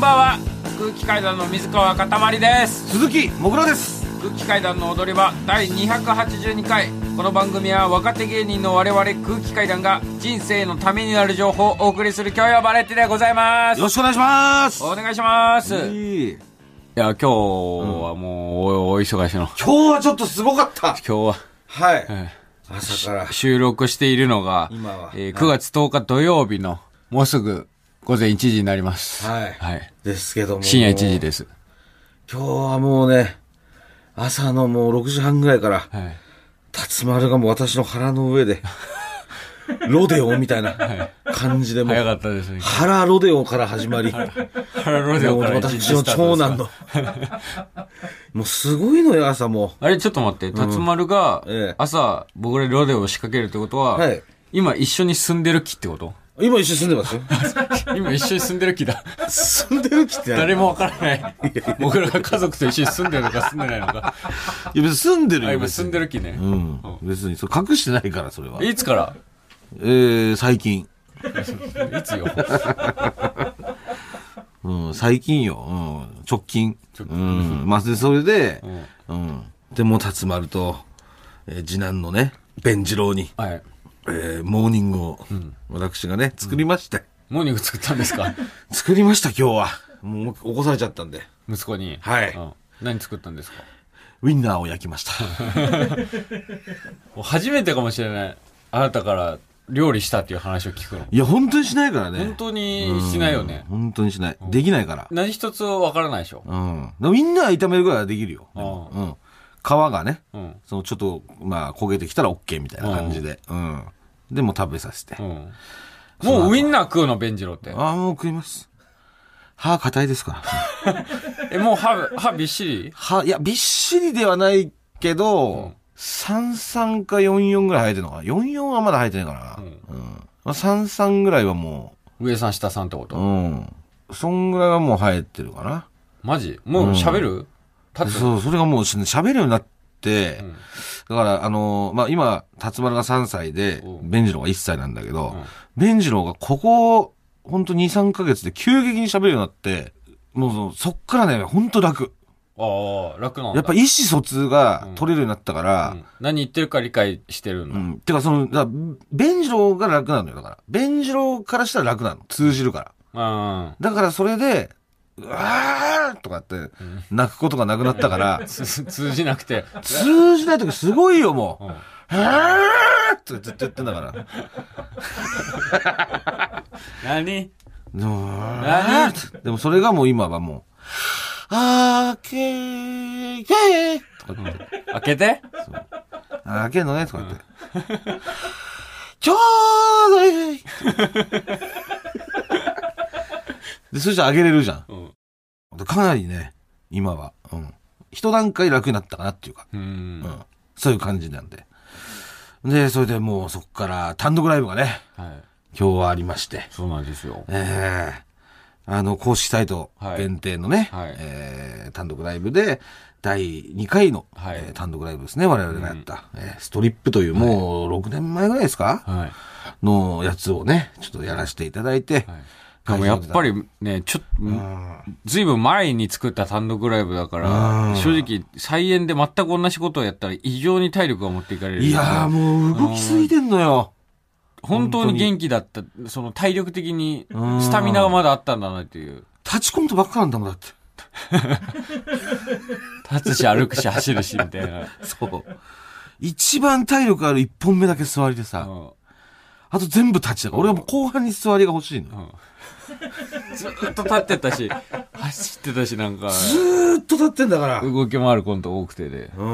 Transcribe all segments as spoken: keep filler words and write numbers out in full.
んばんは。空気階段の水川かたまりです。 鈴木もぐらです。 空気階段の踊り場だいにひゃくはちじゅうにかい。この番組は若手芸人の我々空気階段が人生のためになる情報をお送りする教養バラエティでございます。 よろしくお願いします。 お願いします。 いい。 いや今日はもう お, お忙しいの。 今日はちょっとすごかった。 今日ははい、 えー、朝から収録しているのが今は、 えー、くがつとおか土曜日のもうすぐ午前いちじになります。 はい、はい、ですけども深夜いちじです。 今日はもうね朝のもうろくじはんぐらいから、はい、辰丸がもう私の腹の上でロデオみたいな感じでもう、 早かったですね。 腹ロデオから始まり腹ロデオから私の長男のもうすごいのよ朝も。 あれちょっと待って、辰丸が朝僕らロデオを仕掛けるってことは、はい、今一緒に住んでる木ってこと？ 今一緒に住んでますよ今一緒に住んでる木だ。 住んでる木って誰もわからない。僕らが家族と一緒に住んでるのか住んでないのか。 いや別に住んでるよ。 今住んでる木ね。 うん。別にそれ隠してないからそれは。 いつから？ えー、最近。いつよ。 うん、最近よ。うん、直近。直近。うん。まあ、で、それで、うん。うん、で、もう辰丸と、えー、次男のね、弁次郎に、はい。えー、モーニングを、うん、私がね、作りまして、 うん。モーニング作ったんですか？ 作りました、今日は。もう起こされちゃったんで。 息子に。 はい。 うん、何作ったんですか？ ウィンナーを焼きました。 初めてかもしれない。あなたから料理したっていう話を聞くの。 いや、本当にしないからね。 本当にしないよね。 本当にしない。できないから。 何一つわからないでしょ。 うん。ウィンナー炒めるぐらいはできるよ。うん。皮がね、うん、そのちょっと、まあ、焦げてきたら OK みたいな感じで。うん。うん、でも食べさせて。うん、 もうウィンナー食うの、弁次郎って。 ああ、もう食います。歯硬いですから。 え、もう歯、歯びっしり？ 歯、いや、びっしりではないけど、うん、さんさんかよんじゅうよんぐらい生えてるのかな。よんじゅうよんはまだ生えてないかな。うん。うん、まあ、さんさんぐらいはもう。上さん下さんってこと？ うん。そんぐらいはもう生えてるかな。 マジ？もう喋る？うん、 立つ？そう、それがもう喋るようになって、うん、だから、あのー、まあ、今、辰丸がさんさいで、弁次郎がいっさいなんだけど、弁次郎がここ、ほんとに、さんかげつで急激に喋るようになって、もうそっからね、ほんと楽。 ああ、楽なんだ。 やっぱ意思疎通が取れるようになったから、うんうん、 何言ってるか理解してるの。 うん。てかその、だ弁次郎が楽なのよ。だから。弁次郎からしたら楽なの。通じるから。うん。だからそれで、うわーとかって、泣くことがなくなったから。 うん、通じなくて。 通じないときすごいよ、もう。うん、はーってずっと言ってんだから。 何？ 何？でもそれがもう今はもう、あけーけーとか言って。 開けて？ 開けんのねとか言って。うん、ちょうどいいで、そしたらあげれるじゃん。うん、かなりね、今は、うん。一段階楽になったかなっていうか。うん、うん。そういう感じなんで。で、それでもうそっから単独ライブがね、はい、今日はありまして。 そうなんですよ。 ええー。あの、公式サイト限定のね、はい、えー、単独ライブで、だいにかいの、はい、えー、単独ライブですね、我々がやった、うん、えー、ストリップという、もうろくねんまえぐらいですか、はい、のやつをね、ちょっとやらせていただいて、 はい、でもやっぱりね、ちょっと、ずいぶん前に作った単独ライブだから、正直、再演で全く同じことをやったら異常に体力が持っていかれる。 いやーもう動きすぎてんのよ。 本当に元気だった、その体力的にスタミナがまだあったんだなっていう。 立ち込むとばっかなんだもんだって。 立つし歩くし走るしみたいな。 そう。一番体力ある一本目だけ座りでさ、うん、あと全部立ちだから、俺はもう後半に座りが欲しいの。 うん、ずーっと立ってたし、走ってたしなんか。 ずーっと立ってんだから。 動き回るコント多くてで。 うん。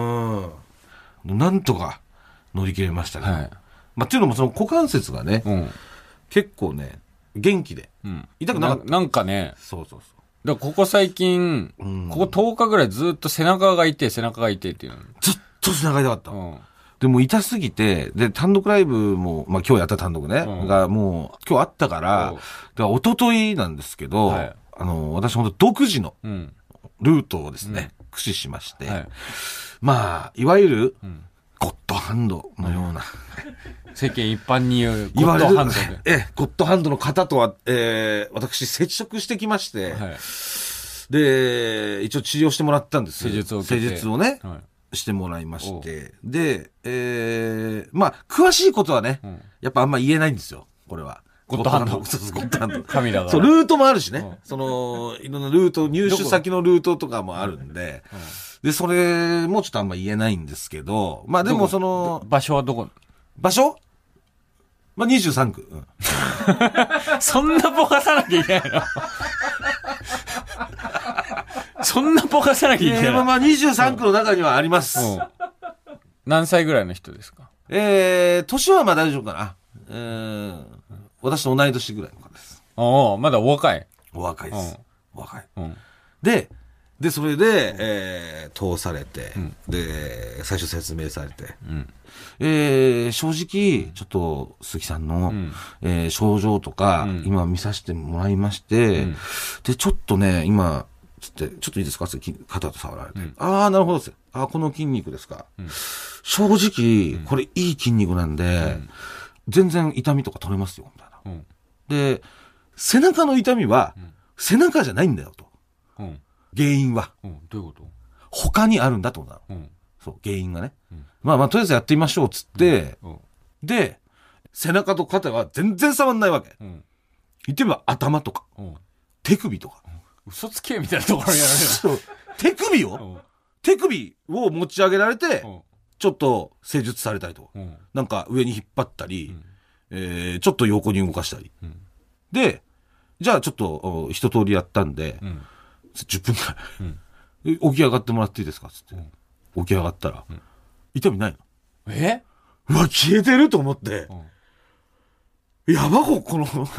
なんとか乗り切れましたね。はい。まあ、っていうのもその股関節がね、うん、結構ね、元気で、うん、痛くなかったな。 なんかね、 そうそうそう。 だからここ最近、うん、こことおかぐらいずっと背中が痛い、背中が痛いっていうの。 ずっと背中痛かった。うん、でも痛すぎて、で、単独ライブも、まあ今日やった単独ね、うん、がもう今日あったから、だから一昨日なんですけど、はい、あの、私本当独自のルートをですね、うん、駆使しまして、はい、まあ、いわゆる、うんゴッドハンドのような。 世間一般に言うゴッドハンドで。 ええ、ゴッドハンドの方とは、えー、私接触してきまして、はい、で、一応治療してもらったんです。 施術を受けて。 施術をね、はい、してもらいまして。で、えー、まあ、詳しいことはね、うん、やっぱあんま言えないんですよ、これは。 ゴッドハンド。 そうそう、ゴッドハンド。 カミラが。 そう、ルートもあるしね。うん、その、いろんなルート、入手先のルートとかもあるんで、うんうん、で、それもちょっとあんま言えないんですけど、まあでもその、 場所はどこ？ 場所？まあにじゅうさん区。うん、 そんなぼかさなきゃいけないのそんなぼかさなきゃいけない。 えー、まあまあにじゅうさん区の中にはあります。 うん、何歳ぐらいの人ですか？ えー、年はまあ大丈夫かな。えー、私と同い年ぐらいの方です。 ああ、まだお若い。 お若いです。お若い。うん、で、で、それで、えー、通されて、うん、で、最初説明されて、うん、えー、正直、ちょっと、鈴木さんの、うん、えー、症状とか、うん、今見させてもらいまして、うん、で、ちょっとね、今、つって、ちょっといいですかって肩と触られて、うん、ああ、なるほどです。ああ、この筋肉ですか。うん、正直、これいい筋肉なんで、うん、全然痛みとか取れますよ、みたいな。うん、で、背中の痛みは、うん、背中じゃないんだよ、と。うん、原因は、 うん。どういうこと？ 他にあるんだってことだ。うん、そう、原因がね。うん、まあまあ、とりあえずやってみましょう、つって、うんうん、で、背中と肩は全然触んないわけ。うん、言ってみれば頭とか、うん、手首とか。 嘘つけみたいなところにやられる。 そう。手首を、うん、手首を持ち上げられて、うん、ちょっと施術されたりとか、うん、なんか上に引っ張ったり、うん、えー、ちょっと横に動かしたり。うん、で、じゃあちょっと一通りやったんで、うん、じゅっぷんくらい、うん、起き上がってもらっていいですかつって、うん、起き上がったら、うん、痛みないの。 え？ うわ、消えてると思って、うん、やばこ、この、うん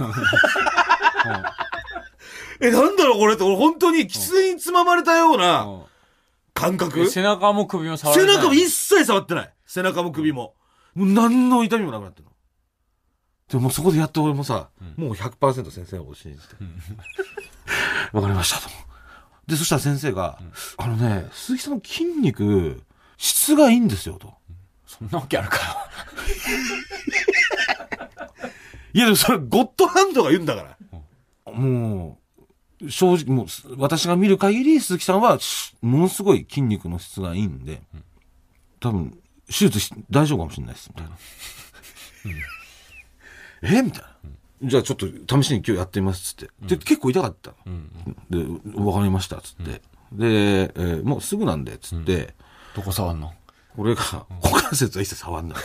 え、なんだろうこれって、俺本当に狐につままれたような感覚、うん、 背中も首も触れない。 背中も一切触ってない。背中も首も。もう何の痛みもなくなってるの。でもそこでやっと俺もさ、うん、もう ひゃくパーセント 先生を信じて。わ、うん、かりましたと。で、そしたら先生が、うん、あのね、鈴木さんの筋肉、質がいいんですよと。 そんなわけあるか。 いやでもそれゴッドハンドが言うんだから。うん、もう、正直、もう、私が見る限り、鈴木さんは、ものすごい筋肉の質がいいんで、多分、手術し大丈夫かもしれないです、みたいな。うん、えみたいな、うん。じゃあちょっと試しに今日やってみます、つって。で、うん、結構痛かった。うん、で、わかりました、つって。うん、で、えー、もうすぐなんで、つって。うん、 どこ触んの？ 俺が、股関節は一切触んない。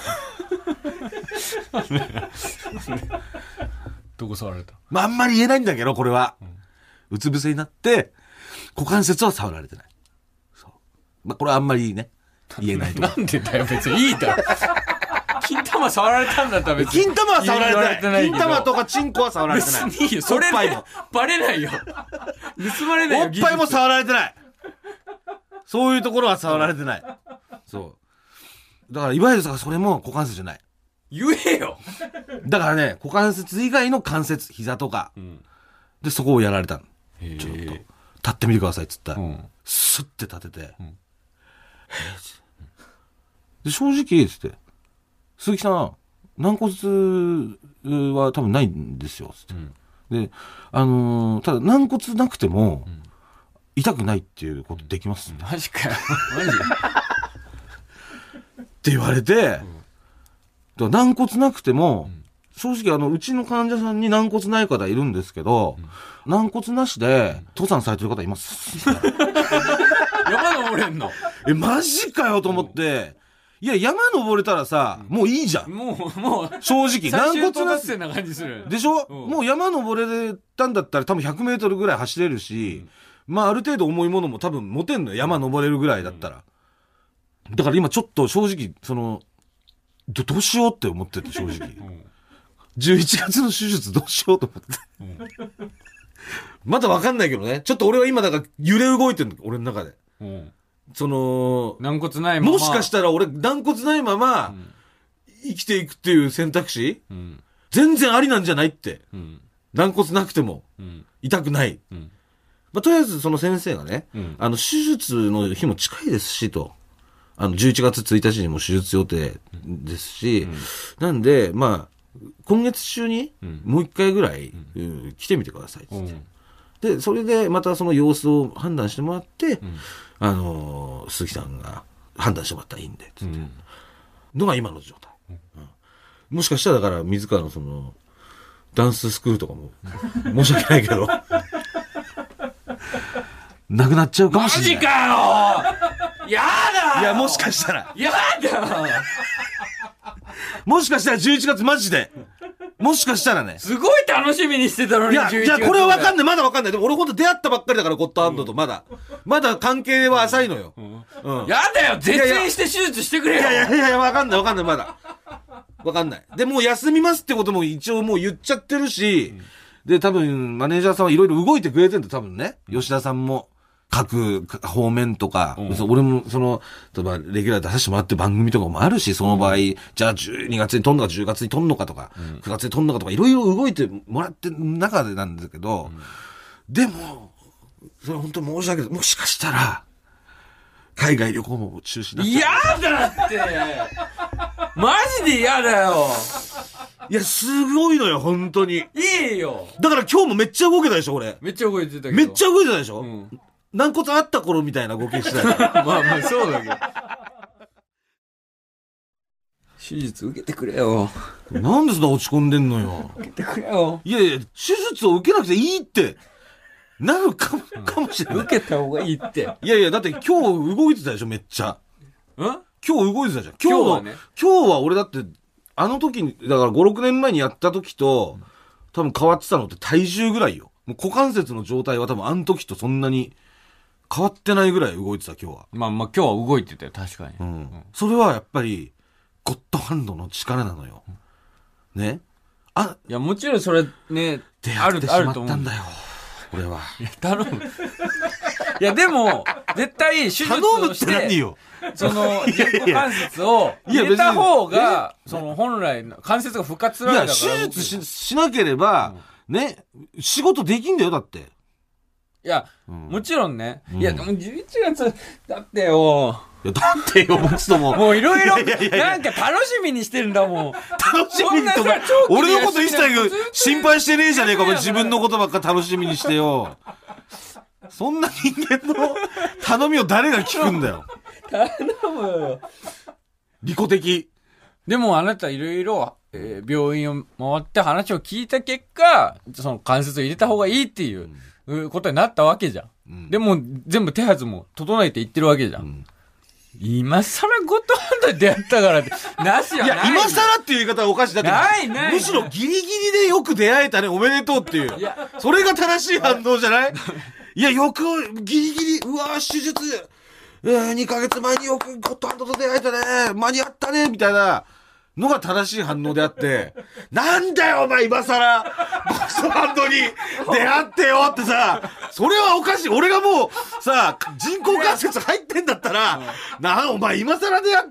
どこ触られた？ まあ、あんまり言えないんだけど、これは。うん、うつ伏せになって、股関節は触られてない。そう。まあ、これはあんまりね、言えないと。 なんでだよ、別にいいだろ。金玉触られたんだったら別に。 金玉は触られてない。金玉とかチンコは触られてない。 別にいいよ、それでバレないよ。盗まれないよ。 おっぱいも触られてない。そういうところは触られてない。そう。だから、いわゆるそれも股関節じゃない。 言えよ。 だからね、股関節以外の関節、膝とか、うん、で、そこをやられたの。ちょっと、立ってみてくださいっつったら、うん、スッて立てて、うん、で、正直、つって、鈴木さん、軟骨は多分ないんですよ、つって。うん、で、あのー、ただ軟骨なくても、うん、痛くないっていうことできます、 うん、マジかよ。マジって言われて、うん、だから軟骨なくても、うん、正直あの、うちの患者さんに軟骨ない方いるんですけど、うん、軟骨なしで、登山されてる方います。 山登れんの？ え、マジかよと思って、いや、山登れたらさ、うん、もういいじゃん。 もう、もう、 正直、軟骨なし。 な感じする。 でしょ、うん、もう山登れたんだったら多分ひゃくメートルぐらい走れるし、うん、まあある程度重いものも多分持てんのよ。山登れるぐらいだったら。うん、だから今ちょっと正直、その、ど, どうしようって思ってて、正直。うんじゅういちがつの手術どうしようと思って、うん、まだわかんないけどね。ちょっと俺は今だから揺れ動いてるの、俺の中で、うん、その軟骨ないままもしかしたら俺軟骨ないまま生きていくっていう選択肢、うん、全然ありなんじゃないって、うん、軟骨なくても、うん、痛くない、うんまあ、とりあえずその先生がね、うん、あの手術の日も近いですしとあの、じゅういちがつついたちにも手術予定ですし、うん、なんで、まあ、今月中にもう一回ぐらい、うん、来てみてくださいって言って、うん、で、それでまたその様子を判断してもらって、うん、あのー、鈴木さんが判断してもらったらいいんで、つって、うん、のが今の状態。うん、もしかしたらだから自らのその、ダンススクールとかも、申し訳ないけど、なくなっちゃうかもしれない。 マジかよやだいや、もしかしたら。 やだもしかしたらじゅういちがつマジで。もしかしたらね。 すごい楽しみにしてたのに、 いや、じゃあこれはわかんない。まだわかんない。でも俺ほんと出会ったばっかりだから、ゴッドハンドとまだ。まだ関係は浅いのよ。うんうん、やだよ絶縁して手術してくれよいやいやいや、わかんないわかんない、まだ。わかんない。で、もう休みますってことも一応もう言っちゃってるし、うん、で、多分、マネージャーさんはいろいろ動いてくれてるんだ、多分ね。吉田さんも。各方面とか、うん、俺もその、例えばレギュラー出させてもらってる番組とかもあるし、その場合、うん、じゃあじゅうにがつに撮んのかじゅうがつに撮んのかとか、うん、くがつに撮んのかとか、いろいろ動いてもらってる中でなんだけど、うん、でも、それ本当に申し訳ない。もしかしたら、海外旅行も中止になっちゃう。 嫌だってマジで嫌だよいや、すごいのよ、本当に。 いいよだから今日もめっちゃ動けたでしょ、俺。 めっちゃ動いてたけど。 めっちゃ動いてたでしょ、うん、軟骨あった頃みたいな動きしてた。 まあまあ、そうだけど。手術受けてくれよ。 なんでそんな落ち込んでんのよ。 受けてくれよ。 いやいや、手術を受けなくていいって。なるかも、かもしれない。 受けた方がいいって。 いやいや、だって今日動いてたでしょ、めっちゃ。ん今日動いてたじゃん。今日の、今日はね、今日は俺だって、あの時に、だからご、ろくねんまえにやった時と、多分変わってたのって体重ぐらいよ。もう股関節の状態は多分あの時とそんなに変わってないぐらい動いてた今日は。 まあまあ今日は動いてたよ、確かに。 うん。うん、それはやっぱり、ゴッドハンドの力なのよ。ね。あ、 いや、もちろんそれね、 出会ってしまったんだよ。俺は。 いや、頼む。いや、でも、絶対手術をして、 頼むって何よ。 その、人工関節を入れた方が、その本来の関節が復活するわけだから。 いや、手術 し, しなければ、うん、ね、仕事できんだよ、だって。 いや、うん、もちろんね。うん、いや、でもじゅういちがつ、だってよ。 いや、だってよ、もうちょっともう。 もういろいろ、なんか楽しみにしてるんだもん。 楽しみにとか、俺のこと一切心配してねえじゃねえか、自分のことばっか楽しみにしてよ。そんな人間の頼みを誰が聞くんだよ。 頼むよ。 利己的。 でもあなたいろいろ病院を回って話を聞いた結果、その関節を入れた方がいいっていう、うん、ことになったわけじゃん。うん、でも全部手はずも整えていってるわけじゃん。うん、今更ゴッドハンドで出会ったからって、なしはない。いや、 今更っていう言い方はおかしい。だって、 ないない。 むしろギリギリでよく出会えたね、おめでとうっていう。いや、それが正しい反応じゃない？いや、よく、ギリギリ、うわぁ、手術、えー、にかげつまえによくゴッドハンドと出会えたね、間に合ったね、みたいなのが正しい反応であって、なんだよ、お前、今更、ゴッドハンドに出会ってよってさ、それはおかしい。俺がもう、さ、人工関節入ってんだったら、な、お前、今更出会って、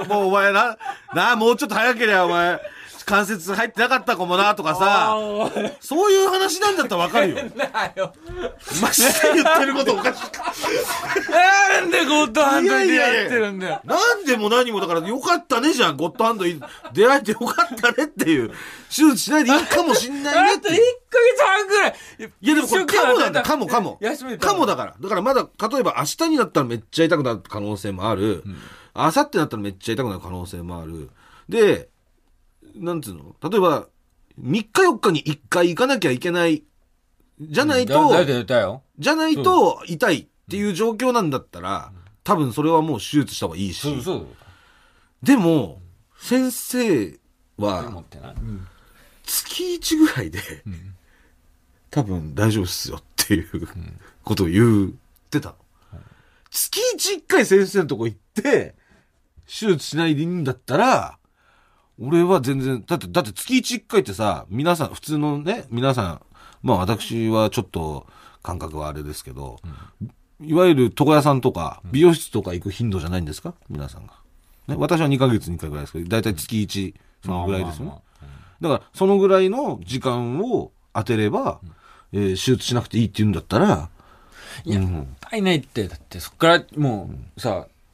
もうお前な、な、もうちょっと早ければお前、関節入ってなかったかもなとかさ、そういう話なんだったらわかるよ。 なよ。 マジで言ってることおかしい。 なんでゴッドハンドに出会ってるんだよ。いやいやいや、 なんでも何もだからよかったねじゃん。ゴッドハンドに出会えてよかったねっていう。手術しないでいいかもしんないねって。 あといっかげつはんぐらい。 いやでもこれカモなんだよ。カモカモ。 休みカモだから。だからまだ、例えば明日になったらめっちゃ痛くなる可能性もある。うん、明後日になったらめっちゃ痛くなる可能性もある。で、なんつうの？例えば、みっかよっかにいっかい行かなきゃいけない。じゃないと、うん、じゃないと痛いっていう状況なんだったら、うん、多分それはもう手術した方がいいし。 そうそうでも、先生は、月いちぐらいで、うん、多分大丈夫っすよっていうことを言ってたの。うん、月いちいっかい先生のとこ行って、手術しないでいいんだったら、俺は全然、だって、だって月いちいっかいってさ、皆さん、普通のね、皆さん、まあ私はちょっと感覚はあれですけど、うん、いわゆる床屋さんとか、美容室とか行く頻度じゃないんですか皆さんが。ね、私はにかげつにいっかいぐらいですけど、だいたい月いち、そのぐらいですよね。だから、そのぐらいの時間を当てれば、うん、えー、手術しなくていいって言うんだったら、 いや、もったいないって、だってそっからもうさ、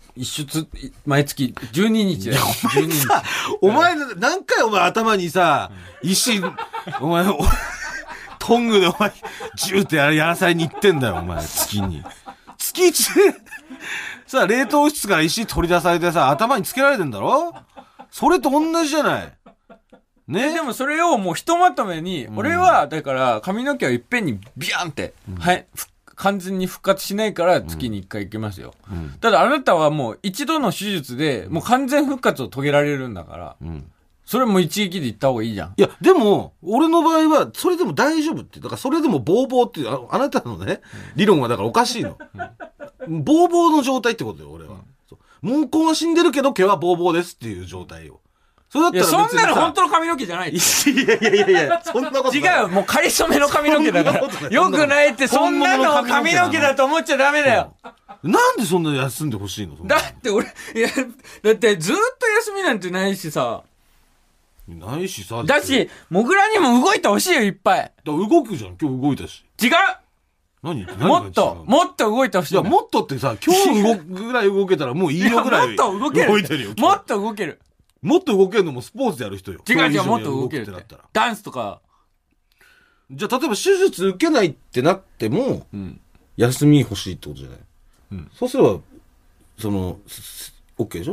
一出、毎月じゅうににちだよ。じゅうににち。 お前、何回お前頭にさ、石、お前、トングでお前、ジューってやらされに行ってんだよ、お前、月に。月一で、さ、冷凍室から石取り出されてさ、頭につけられてんだろ？それと同じじゃない。 ね。でもそれをもうひとまとめに、うん、俺は、だから髪の毛をいっぺんにビャーンって、うん、はい、完全に復活しないから月にいっかい行けますよ。うん、ただあなたはもう一度の手術でもう完全復活を遂げられるんだから、うん、それも一撃で行った方がいいじゃん。 いや、でも、俺の場合は、それでも大丈夫って。だからそれでもボーボーっていう、あ, あなたのね、理論はだからおかしいの。うん、ボーボーの状態ってことよ、俺は。毛根は死んでるけど毛はボーボーですっていう状態よ。 それだったら別にさ、そんなの本当の髪の毛じゃない。いやいやいやいや、そんなことない。 違うよ、もう刈り染めの髪の毛だから。よくないって、そんなのを髪の毛だと思っちゃダメだよ。 なんでそんな休んでほしいの？ だって俺、いや、だってずーっと休みなんてないしさ。 ないしさ。 だし、モグラにも動いてほしいよ、いっぱい。だ動くじゃん、今日動いたし。 違う何もっと、もっと動いてほしい。 いや、もっとってさ、今日動くぐらい動けたらもういいよぐらい。 もっと動ける。 動いてるよ。 もっと動ける。 もっと動けるのもスポーツでやる人よ。 違う違う、もっと動けるって。ダンスとか。 じゃあ、例えば手術受けないってなっても、うん、休み欲しいってことじゃない、うん、そうすれば、その、OK でしょ？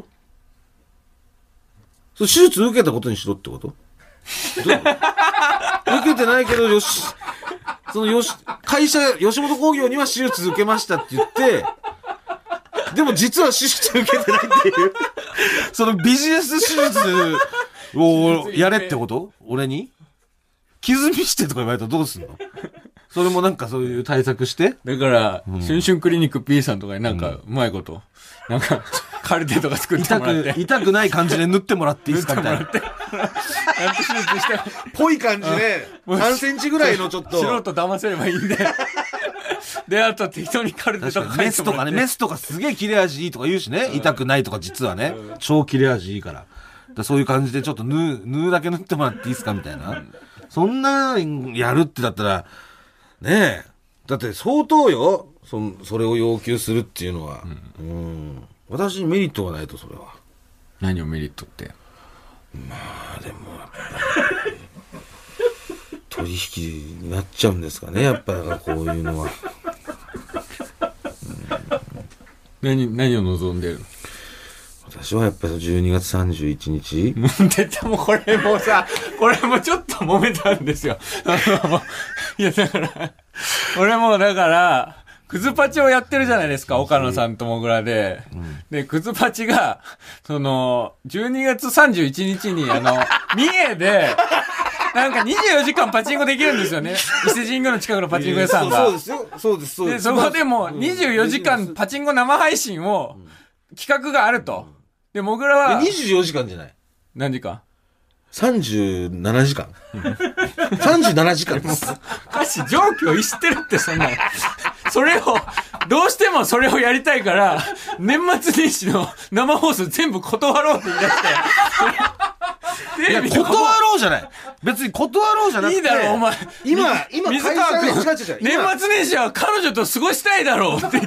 それ手術受けたことにしろってこと受けてないけど、よし、そのよし、会社、吉本興業には手術受けましたって言って、でも実は手術受けてないっていう、そのビジネス手術をやれってこと俺に傷見してとか言われたらどうすんのそれもなんかそういう対策してだから、うん、シュンシュンクリニック P さんとかになんかうまいこと、うん、なんかカルテとか作ってもらって。 痛く、痛くない感じで縫ってもらっていいですかみたいな。 ちゃんと手術して。 ぽい感じで、さんセンチぐらいのちょっと。 素人騙せればいいんで。で、あと適当にカルテとか書いてもらって。 メスとかね、メスとかすげえ切れ味いいとか言うしね。痛くないとか実はね。超切れ味いいから。だそういう感じでちょっと縫う、縫うだけ縫ってもらっていいですかみたいな。そんなやるってだったら、ねえ。だって相当よ。そ, それを要求するっていうのは。うん。うん私にメリットがないと、それは。 何をメリットって。 まあ、でも、やっぱ取引になっちゃうんですかね、やっぱりこういうのは。 うん、何、何を望んでるの？ 私はやっぱりじゅうにがつさんじゅういちにちもう出た、もうこれもさ、これもちょっと揉めたんですよ。あの、いやだから、俺もだから、クズパチをやってるじゃないですか、岡野さんともぐらで。うん、で、クズパチが、その、じゅうにがつさんじゅういちにちに、あの、三重で、なんかにじゅうよじかんパチンコできるんですよね。伊勢神宮の近くのパチンコ屋さんが。 そうですよ。そうです、そうです。 で、そこでもにじゅうよじかんパチンコ生配信を、企画があると。で、もぐらは。 にじゅうよじかんじゃない。 何時間さんじゅうななじかん。さんじゅうななじかんです。 歌詞上記を逸してるって、そんなの。それを、どうしてもそれをやりたいから、年末年始の生放送全部断ろうって言い出して。 いや、断ろうじゃない。別に断ろうじゃなくて。 いいだろ、お前。 今、今、 水川君、年末年始は彼女と過ごしたいだろうって言って、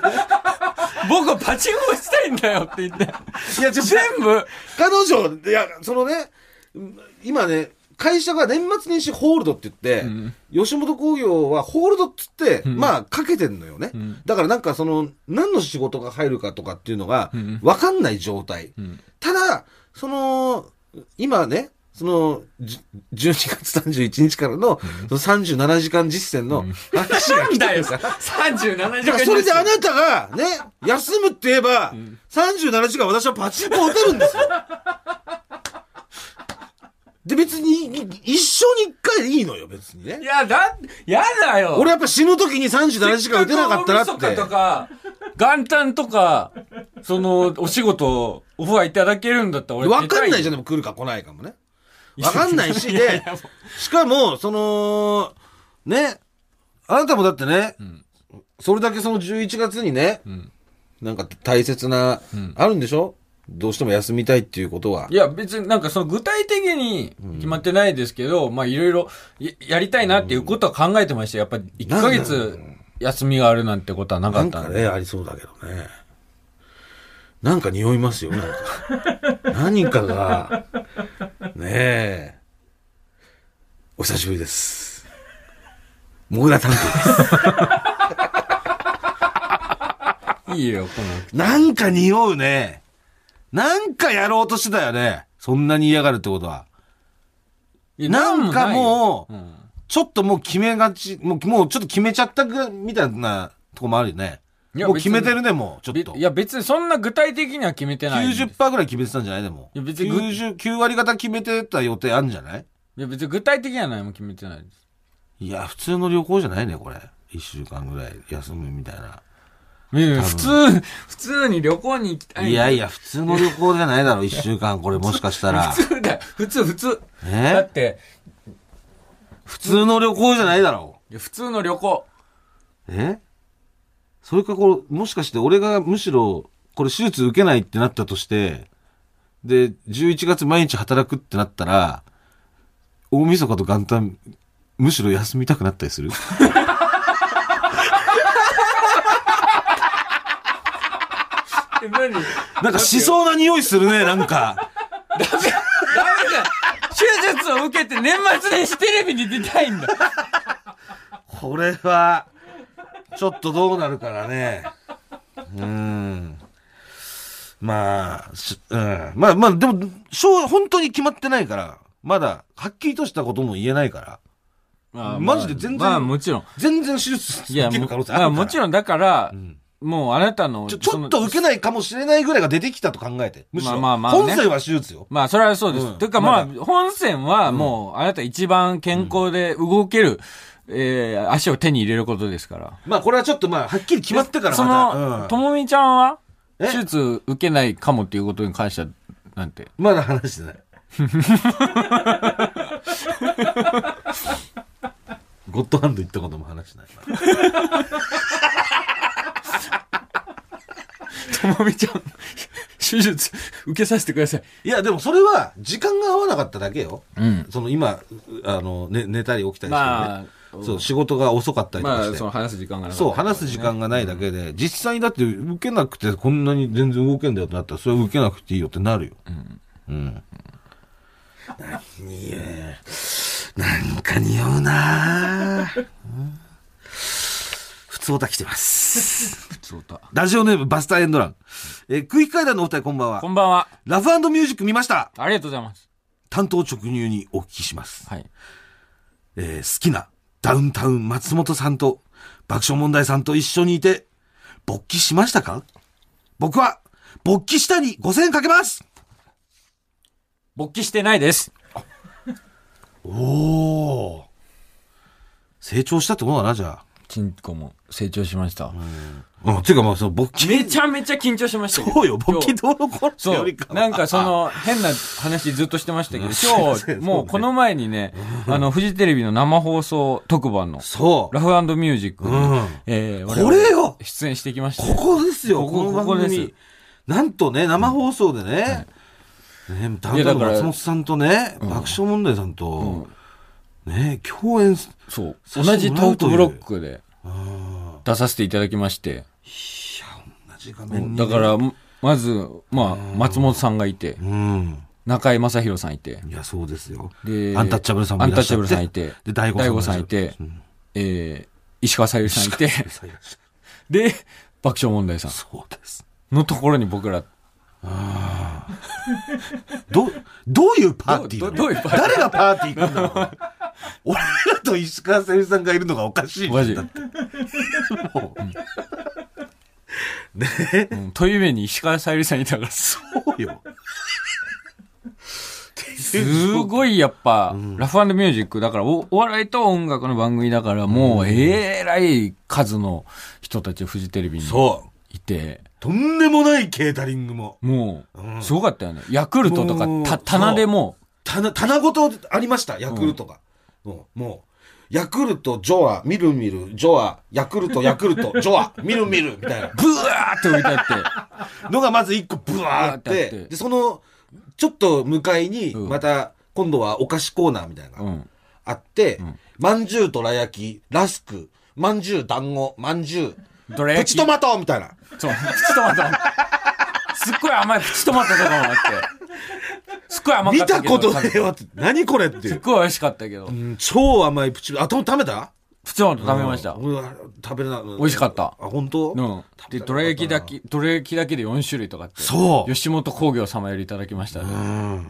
僕はパチンコしたいんだよって言って。いや、全部。 彼女、いや、そのね、今ね、会社が年末年始ホールドって言って、うん、吉本興業はホールドっつって、うん、まあかけてんのよね、うん。だからなんかその、何の仕事が入るかとかっていうのが、わかんない状態、うん。ただ、その、今ね、その、じゅうにがつさんじゅういちにちからの、うん、そのさんじゅうななじかん実践の話が来たよ。 さんじゅうななじかん実践。 それであなたがね、休むって言えば、うん、さんじゅうななじかん私はパチンコ打てるんですよ。で、別に、一生に一回でいいのよ、別にね。 いや、だ、やだよ。 俺やっぱ死ぬ時にさんじゅうななじかん打てなかったらって。 大晦日とか、元旦とか、その、お仕事、オファーいただけるんだったら俺わかんないじゃん、でも来るか来ないかもね。わかんないしで、しかも、その、ね、あなたもだってね、うん、それだけそのじゅういちがつにね、うん、なんか大切な、うん、あるんでしょ？どうしても休みたいっていうことは。 いや、別になんかその具体的に決まってないですけど、うん、まあいろいろやりたいなっていうことは考えてました。やっぱりいっかげつ休みがあるなんてことはなかったんで。 なんかね、ありそうだけどね。 なんか匂いますよ、なんか。何かが、ねえ。お久しぶりです。モグラ探偵です。いいよ、この。なんか匂うね。なんかやろうとしてたよね。そんなに嫌がるってことは。なんかもう、うん、ちょっともう決めがち、もう、もうちょっと決めちゃったみたいなとこもあるよね。もう決めてるね、もう、ちょっと。 いや、別にそんな具体的には決めてない。 きゅうじゅっパーセント ぐらい決めてたんじゃないでも。いや、別に。きゅうじゅうきゅう割方決めてた予定あるんじゃない？ いや、別に具体的には何も決めてないです。 いや、普通の旅行じゃないね、これ。一週間ぐらい休むみたいな。 普通、普通に旅行に行きたい。 いやいや、普通の旅行じゃないだろ、一週間、これもしかしたら。 普通だ、普通、普通。 えだって、 普通の旅行じゃないだろ。 いや、普通の旅行。 えそれかこれ、もしかして俺がむしろ、これ手術受けないってなったとして、で、じゅういちがつ毎日働くってなったら、大晦日と元旦、むしろ休みたくなったりするえ、何？ なんかしそうな匂いするね、なんか。 ダメ、ダメだ。手術を受けて年末年始テレビに出たいんだ。 これは、ちょっとどうなるからね。うーん。まあ、うん。まあまあ、でも、本当に決まってないから、まだ、はっきりとしたことも言えないから。 まあ、 マジで全然、 まあもちろん。 全然手術受ける可能性あるから。 いや、もちろんだから、うん、もうあなたのちょ、ちょっと受けないかもしれないぐらいが出てきたと考えて。むしろ。まあまあまあ、ね、本線は手術よ。 まあ、それはそうです。うん、というかまあ、本線はもう、あなた一番健康で動ける、うん、えー、足を手に入れることですから。 まあ、これはちょっとまあ、はっきり決まってからまた。 その、ともみちゃんは手術受けないかもっていうことに関しては、なんて。 まだ話してない。ゴッドハンド行ったことも話してない。 ともみちゃん、手術受けさせてください。 いや、でもそれは時間が合わなかっただけよ。 うん。 その今、あの、ね、寝たり起きたりしてね。まあ、そう、仕事が遅かったりとかして。 まあ、その話す時間がない、ね。 そう、話す時間がないだけで、うん、実際にだって受けなくてこんなに全然動けんだよってなったら、それは受けなくていいよってなるよ。うん。うん。何えなんか匂うなぁ、うん、普通歌来てます普通歌ラジオネームバスターエンドラン、えー、空気階段のお二人こんばんは。 こんばんは。 ラフ&ミュージック見ました。 ありがとうございます。 担当直入にお聞きします、 はい。 えー、好きなダウンタウン松本さんと爆笑問題さんと一緒にいて勃起しましたか？僕は勃起したにごせんえんかけます。 勃起してないです。 おお、成長したってことだな。じゃあチンコも成長しました。 うん、うん、ていうかまあその勃起めちゃめちゃ緊張しましたけど。 そうよ、勃起どうのこうのよりかそうなんかその変な話ずっとしてましたけど、今日もうこの前にね、あのフジテレビの生放送特番のそうラフ&ミュージックに、うん、えー、 これよ出演してきました。 ここですよ、ここの番組。なんとね、生放送でね、うん、はいね、ダウンタウンの松本さんとね、爆笑問題さんと、うん、ね、共演、 そう、同じトークブロックで出させていただきまして。いや、 同じ画面に、 だから、まず、まあ、松本さんがいて、うん、中居正広さんいて。 いや、そうですよ。で、アンタッチャブルさんもいらっしゃって。 アンタッチャブルさんいて。 で、大悟さんいて、うん、えー、石川さゆりさんいて、で、爆笑問題さん。 そうです。のところに僕ら、 あどどういうパーティーなの？どどういうパーティー？誰がパーティー行くんだろう俺らと石川さゆりさんがいるのがおかしい。 マジだってもう、うん、ね、うん、という目に石川さゆりさんいたからそうよすごいやっぱ、うん、ラフ&ミュージックだからお、お笑いと音楽の番組だからもうえらい数の人たちフジテレビにいて、 とんでもないケータリングも。 もう、うん、すごかったよね。ヤクルトとか、た、棚でも。 棚、棚ごとありました、ヤクルトが。うん、もう、もうヤクルト、ジョア、みるみる、ジョア、ヤクルト、ヤクルト、ジョア、みるみる、みたいな。 ブワーって置いてあって。 のがまず一個ブワーって。で、その、ちょっと向かいに、また、今度はお菓子コーナーみたいなのがあって、うん、まんじゅうとら焼き、ラスク、まんじゅう団子、まんじゅう、プチトマトみたいな。 そう、プチトマト。 すっごい甘いプチトマトとかもあって。すっごい甘かったけど。 見たことねえわって。何これっていう。 すっごい美味しかったけど。 うん、超甘いプチ、あ、と食べたプチトマト食べました。 うん、食べれな美味しかった。 あ、本当？ うん。で、どら焼きだけ、どら焼きだけでよん種類とかって。 そう。 吉本興業様よりいただきましたね。 うん。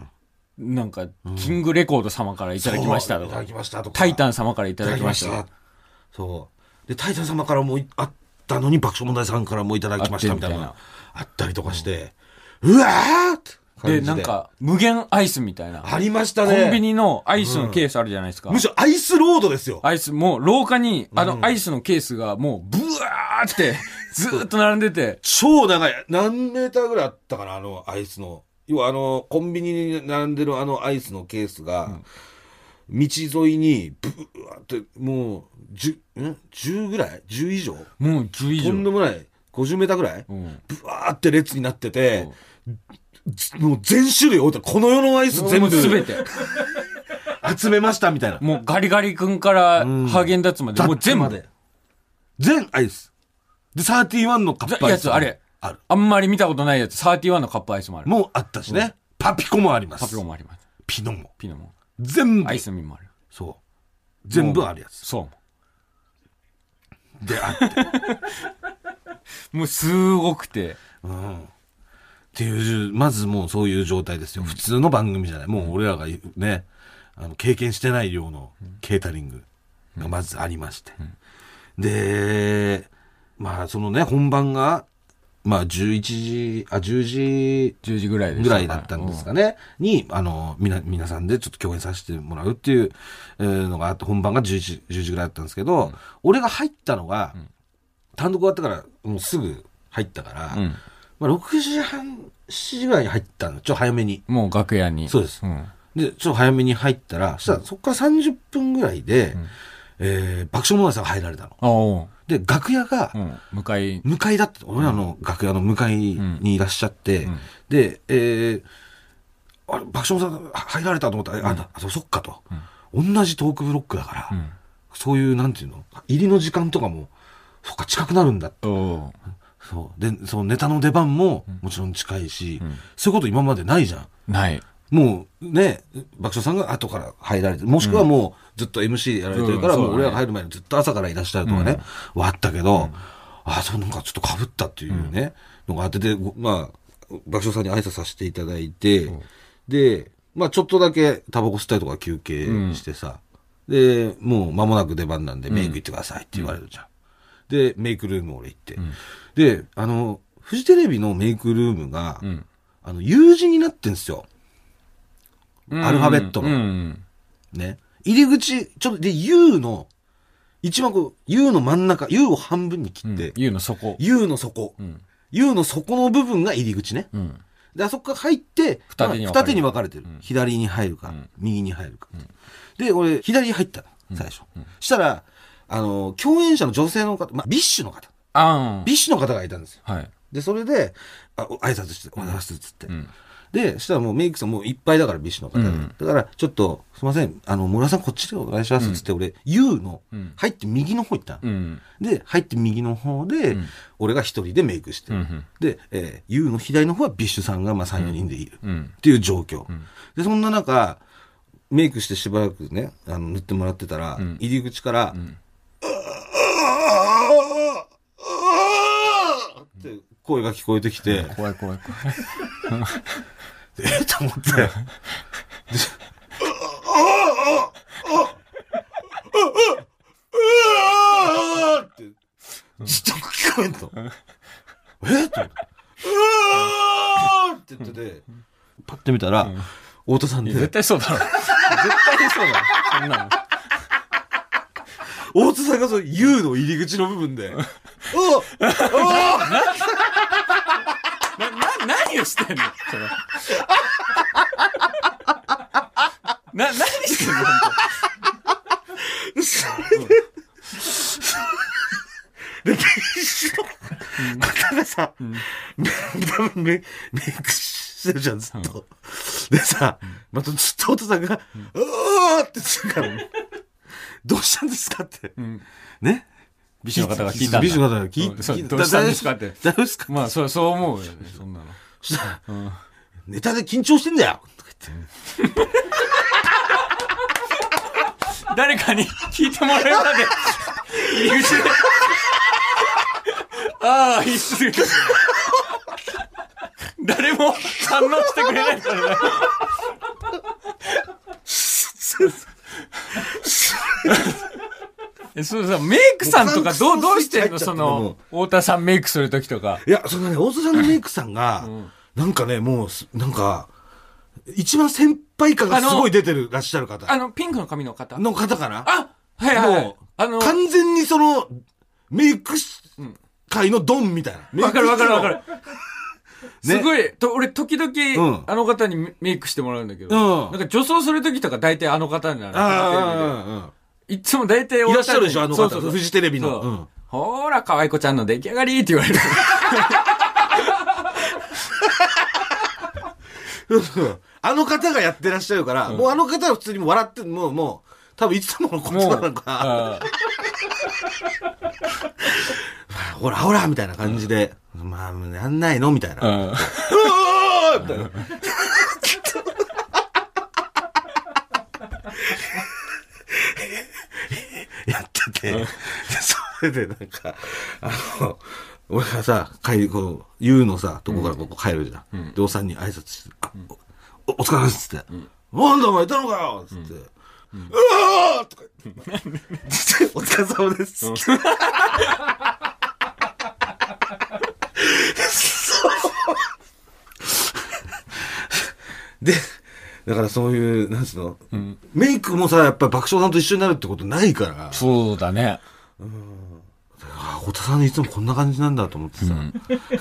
なんか、キングレコード様からいただきましたとか。 いただきましたとか。 タイタン様からいただきました。 そう。で、タイタン様からもあったのに爆笑問題さんからもいただきましたみたいな。あったりとかして。うわーって。 で、なんか、無限アイスみたいな。 ありましたね。 コンビニのアイスのケースあるじゃないですか。 むしろアイスロードですよ。 アイス、もう廊下に、あのアイスのケースがもう、ブワーって、ずーっと並んでて。 超長い。何メーターぐらいあったかな、あのアイスの。要はあの、コンビニに並んでるあのアイスのケースが、道沿いに、ブワーって、もう、じゅ、ん ?じゅう ぐらい ?じゅう 以上もうじゅう以上。 とんでもない。ごじゅうメーターぐらい、うん、ブワーって列になってて、もう全種類置いた。この世のアイス全部。 すべて。 集めましたみたいな。 もうガリガリ君からハーゲンダッツまで、もう全部。 全アイス。で、サーティワンのカップアイス。 やつ、あれ。ある。あんまり見たことないやつ、サーティワンのカップアイスもある。 もうあったしね。うん、パピコもあります。 パピコもあります。 ピノも。 ピノも。 全部。 アイスミンもある。 そう。全部あるやつ。 そう。 で、あって。 もうすごくて。 うん。っていう、まずもうそういう状態ですよ。うん、普通の番組じゃない。もう俺らがね、あの、経験してない量のケータリングがまずありまして。うん、で、まあそのね、本番が、まあじゅういちじ、あ、じゅうじ、 じゅうじぐらいでぐらいだったんですかね。うん、に、あの、みな、皆さんでちょっと共演させてもらうっていうのがあって、本番がじゅういち、じゅうじぐらいだったんですけど、うん、俺が入ったのが、うん、単独終わってからもうすぐ入ったから、うん、まあ、ろくじはん、しちじぐらいに入ったの。ちょっと早めに。 もう楽屋に。 そうです。うん、で、ちょっと早めに入ったら、そしたらそこからさんじゅっぷんぐらいで、うん、えー、爆笑問題さんが入られたの。で、楽屋が、うん、 向かい。 向かいだって、俺らの楽屋の向かいにいらっしゃって、うん、で、えー、あれ、爆笑問題さん入られたと思ったら、うん、あ、あ、そっかと、うん。同じトークブロックだから、うん、そういう、なんていうの、入りの時間とかも、そっか、近くなるんだって。そう。で、そのネタの出番ももちろん近いし、うん、そういうこと今までないじゃん。 ない。 もうね、爆笑さんが後から入られて、もしくはもうずっと エムシー やられてるから、うん、もう俺らが入る前にずっと朝からいらっしゃるとかね、うん、はあったけど、うん、あ、そうなんかちょっと被ったっていうね、うん、のがあってて、まあ、爆笑さんに挨拶させていただいて、うん、で、まあちょっとだけタバコ吸ったりとか休憩してさ、うん、で、もう間もなく出番なんでメイク行ってくださいって言われるじゃん。で、メイクルーム俺行って。うん、で、あの、フジテレビのメイクルームが、うん、あの、U 字になってんですよ。アルファベットの。うん、ね。入り口、ちょっと、で、U の、一番こう、U の真ん中、U を半分に切って、うん、 U の底。 U の底。うん、U の底の部分が入り口ね。うん、で、あそこから入って、 二手に分かれる。 二手に分かれてる。うん、左に入るか、うん、右に入るか。うん、で、俺、左に入ったの、最初。うんうん、したら、あの、共演者の女性の方、まあ、ビッシュの方。 あビッシュの方がいたんですよ。 はい。 で、それで、あ、挨拶して、おはようございます、つって。うん、で、したらもうメイクさんもういっぱいだから、ビッシュの方で。うん、だから、ちょっと、すいません、あの、村さんこっちでお願いします、つって、うん、俺、U の、入って右の方行ったの、うん。で、入って右の方で、うん、俺が一人でメイクして、うん、で、えー、U の左の方はビッシュさんがまあさん、よにんでいる。うん、っていう状況。うん、で、そんな中、メイクしてしばらくね、あの、塗ってもらってたら、うん、入り口から、うんって声が聞こえてきて、 怖い怖い怖い。 えっと思って、で、ってずっと聞こえんと。えっと思って、って言ってて、パッて見たら、太田さんで。 絶対そうだろ。絶対そうだろ。そんなの。 大津さんがその U の入り口の部分で、おおおな、 な、何をしてんのそれ。な、何してんのそれで、で、ビッシュの方がさ、うん、多分メ、メイクしてるじゃん、ずっと。でさ、またずっとお父さんが、うおーってするから、どうしたんですかって。うん、ね。 美女の方が聞いたんだ。 美女の方が聞いた。 どうしたんですかって。 大丈夫ですかまあ、そう、そう思うよね、そんなの。 そしたら、うん、ネタで緊張してんだよとか言って。 誰かに聞いてもらえたで、入り口で。ああ、いいっすね。誰も反応してくれないからね。そうさ、メイクさんとかどう、どうしてんのその、太田さんメイクするときとか。 いや、そのね、太田さんのメイクさんが、うん、なんかね、もう、なんか、一番先輩感がすごい出てるらっしゃる方。 あの、ピンクの髪の方の方かなあ、はいはい。もう、 あの、完全にその、メイク界のドンみたいな。 わかるわかるわかる。すごい、と俺時々、うん、あの方にメイクしてもらうんだけど、うん、なんか女装するときとか大体あの方になる。あいつも大体いらっしゃるでしょ、あの方。そうそうそう、フジテレビの。うん、 ほーら、可愛い子ちゃんの出来上がりって言われる。 あの方がやってらっしゃるから、うん、もうあの方は普通に笑って、もう、もう、多分いつものことなのか。ほらほらみたいな感じで、うん、まあ、やんないのみたいな。うん、うわーみたいな。やってて、うん、それでなんか、あの、俺がさ、帰り、こう、言うのさ、とこからここ帰るじゃん。うん、で、おさんに挨拶して、あ、お、お疲れ様ですって。うん、なんだお前いたのかよつって。うん、うわーとか言って。お疲れ様です。うん、で、だからそういう、なんつうの、うん、メイクもさ、やっぱり爆笑さんと一緒になるってことないから。 そうだね。 うん。あ、太田さんいつもこんな感じなんだと思ってさ。うん、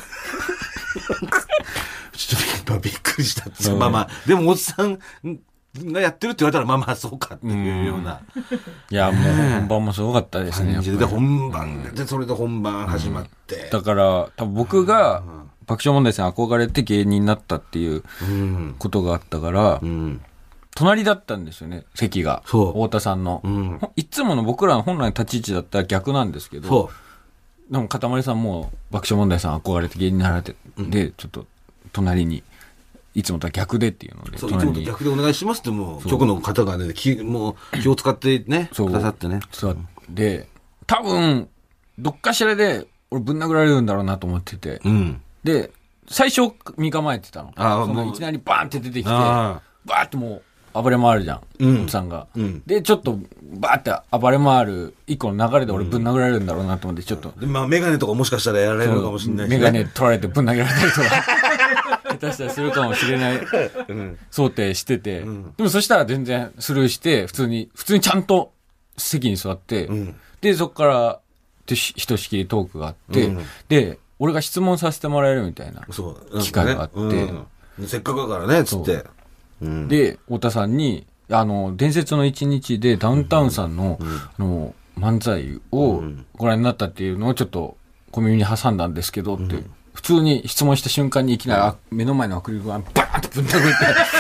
ちょっとびっくりしたって、うん、まあまあ、でも太田さんがやってるって言われたら、まあまあそうかっていうような。 うん、いや、もう本番もすごかったですね。 で、本番で、それで本番始まって。 うん、だから、多分僕が、爆笑問題さん憧れて芸人になったっていうことがあったから、うん、隣だったんですよね、席が。太田さんの、うん。いつもの僕らの本来の立ち位置だったら逆なんですけど、でもかたまりさんも爆笑問題さん憧れて芸人になられて、うん、で、ちょっと隣に、いつもとは逆でっていうので、 そう、いつもと逆でお願いしますってもう、局の方がね、気もう気を使ってね、くださってね。 そう。で、多分、どっかしらで俺ぶん殴られるんだろうなと思ってて、うん、で、最初身構えてたの。ああ、もういきなりバーンって出てきて、バーってもう暴れ回るじゃん、うん、奥さんが、うん。で、ちょっとバーって暴れ回る一個の流れで俺ぶん殴られるんだろうなと思って、ちょっと。 で、まあメガネとかもしかしたらやられるかもしれないし、 ね。メガネ取られてぶん殴られたりとか、下手したらするかもしれない、うん、想定してて、うん。でもそしたら全然スルーして、普通に、普通にちゃんと席に座って、うん、で、そこから、ひとしきりトークがあって、うん、で、俺が質問させてもらえるみたいな機会があって、ね、 うん、せっかくだからねつって、 うん、で太田さんにあの伝説の一日でダウンタウンさんの、うん、あの漫才をご覧になったっていうのをちょっと小耳に挟んだんですけどって、うん、普通に質問した瞬間にいきなり目の前のアクリル板バーンってぶん殴って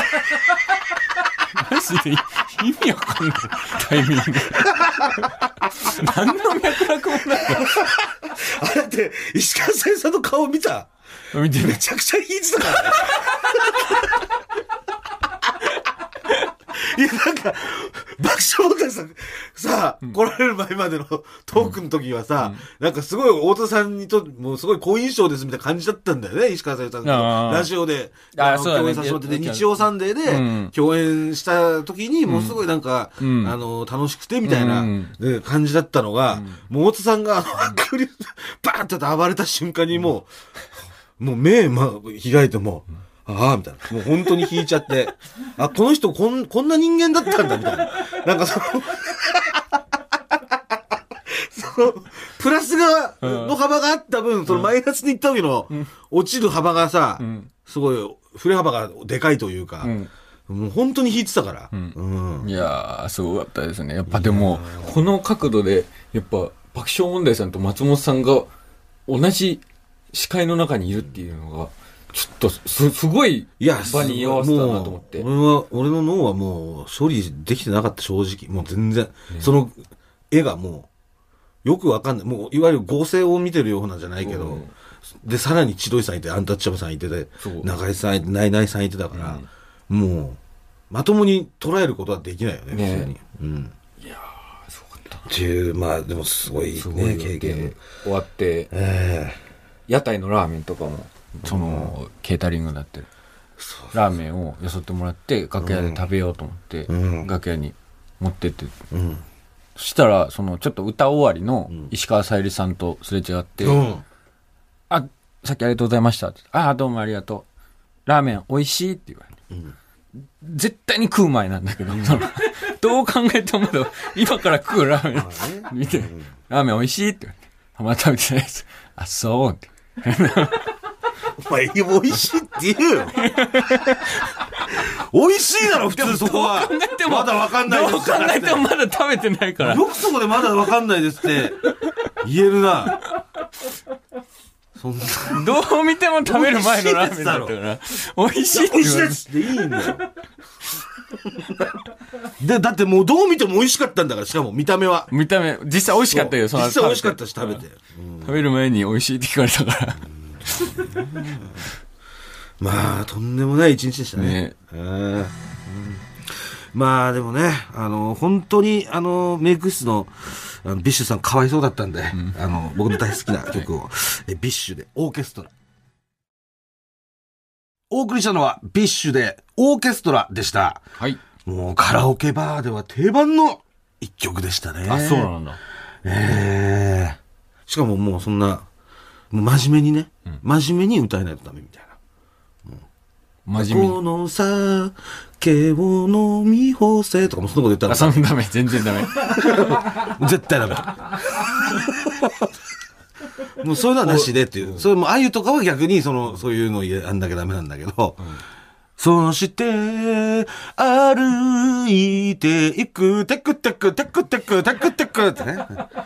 マジで意味わかんないタイミング何の脈絡もないあれって石川さゆりさんの顔見た？ 見てめちゃくちゃ引いてたからねいやなんか爆笑問題さんさあ、うん、来られる前までのトークの時はさ、うん、なんかすごい太田さんにともうすごい好印象ですみたいな感じだったんだよね、石川さゆりさんとラジオであの共演させてもらってて、日曜サンデーで共演した時にもうすごいなんか、うん、あの楽しくてみたいな、うん、感じだったのが、うん、もう太田さんがアクリルバーンって暴れた瞬間にもう、うん、もう目、ま、開いてもああ、みたいな。もう本当に引いちゃって。あ、この人こん、こんな人間だったんだ、みたいな。なんかその、その、プラスが、の幅があった分、そのマイナスに行った時の、落ちる幅がさ、うん、すごい、振れ幅がでかいというか、うん、もう本当に引いてたから。うんうん、いやー、すごかったですね。やっぱでも、この角度で、やっぱ、爆笑問題さんと松本さんが、同じ視界の中にいるっていうのが、ちょっとす、すごい場に居合わせたなと思って。 俺は、俺の脳はもう処理できてなかった、正直。もう全然。ね、その絵がもう、よくわかんない。もう、いわゆる合成を見てるようなんじゃないけど、 で、さらに千鳥さんいて、アンタッチャブルさんいてて、中井さんいて、ナイナイさんいてたから、うん、もう、まともに捉えることはできないよね、 ね普通に。うん。 いやー、すごかった。 っていう、まあ、でもすごいね、ごい経験。 終わって、えー、屋台のラーメンとかも、その、うん、ケータリングになってる。ラーメンをよそってもらって、楽屋で食べようと思って、うん、楽屋に持ってって、うん、そしたら、その、ちょっと歌終わりの石川さゆりさんとすれ違って、うん、あ、さっきありがとうございましたって。ああ、どうもありがとう。ラーメン美味しいって言われて。うん絶対に食う前なんだけど、どう考えてもまだ今から食うラーメン見て、ラーメン美味しいって言われて、あんま食べてないです。あ、そうって。 お前、美味しいって言うよ。美味しいだろ、普通そこは。 どう考えても、 まだわかんないです。 どう考えてもまだ食べてないから。 よくそこでまだわかんないですって言えるな。そんなどう見ても食べる前のラーメンだったから、美味しいって言われて。美味しいですっていいんだよ。で、だってもうどう見ても美味しかったんだから、しかも見た目は。 見た目、実際美味しかったよ、 その実際美味しかったし、食べて。 うん、食べる前に美味しいって聞かれたから。 まあ、とんでもない一日でしたね。ねうんまあでもね、あの、本当に、あの、メイク室の、あのビッシュさんかわいそうだったんで、うん、あの、僕の大好きな曲を、はい、えビッシュでオーケストラ。お送りしたのは、ビッシュでオーケストラでした。 はい。 もうカラオケバーでは定番の一曲でしたね。 あ、そうなんだ。 ええー。しかももうそんな、もう真面目にね、うん、真面目に歌えないとダメみたいな。真面目に。この酒を飲み干せとかもそんなこと言ったら。 あ、そんなダメ。全然ダメ。 絶対ダメ。もうそういうのはなしでっていう。それもあゆとかは逆にその、そういうのをやんなきゃダメなんだけど、うん、そして歩いていくテクテクテクテクテクテクってね。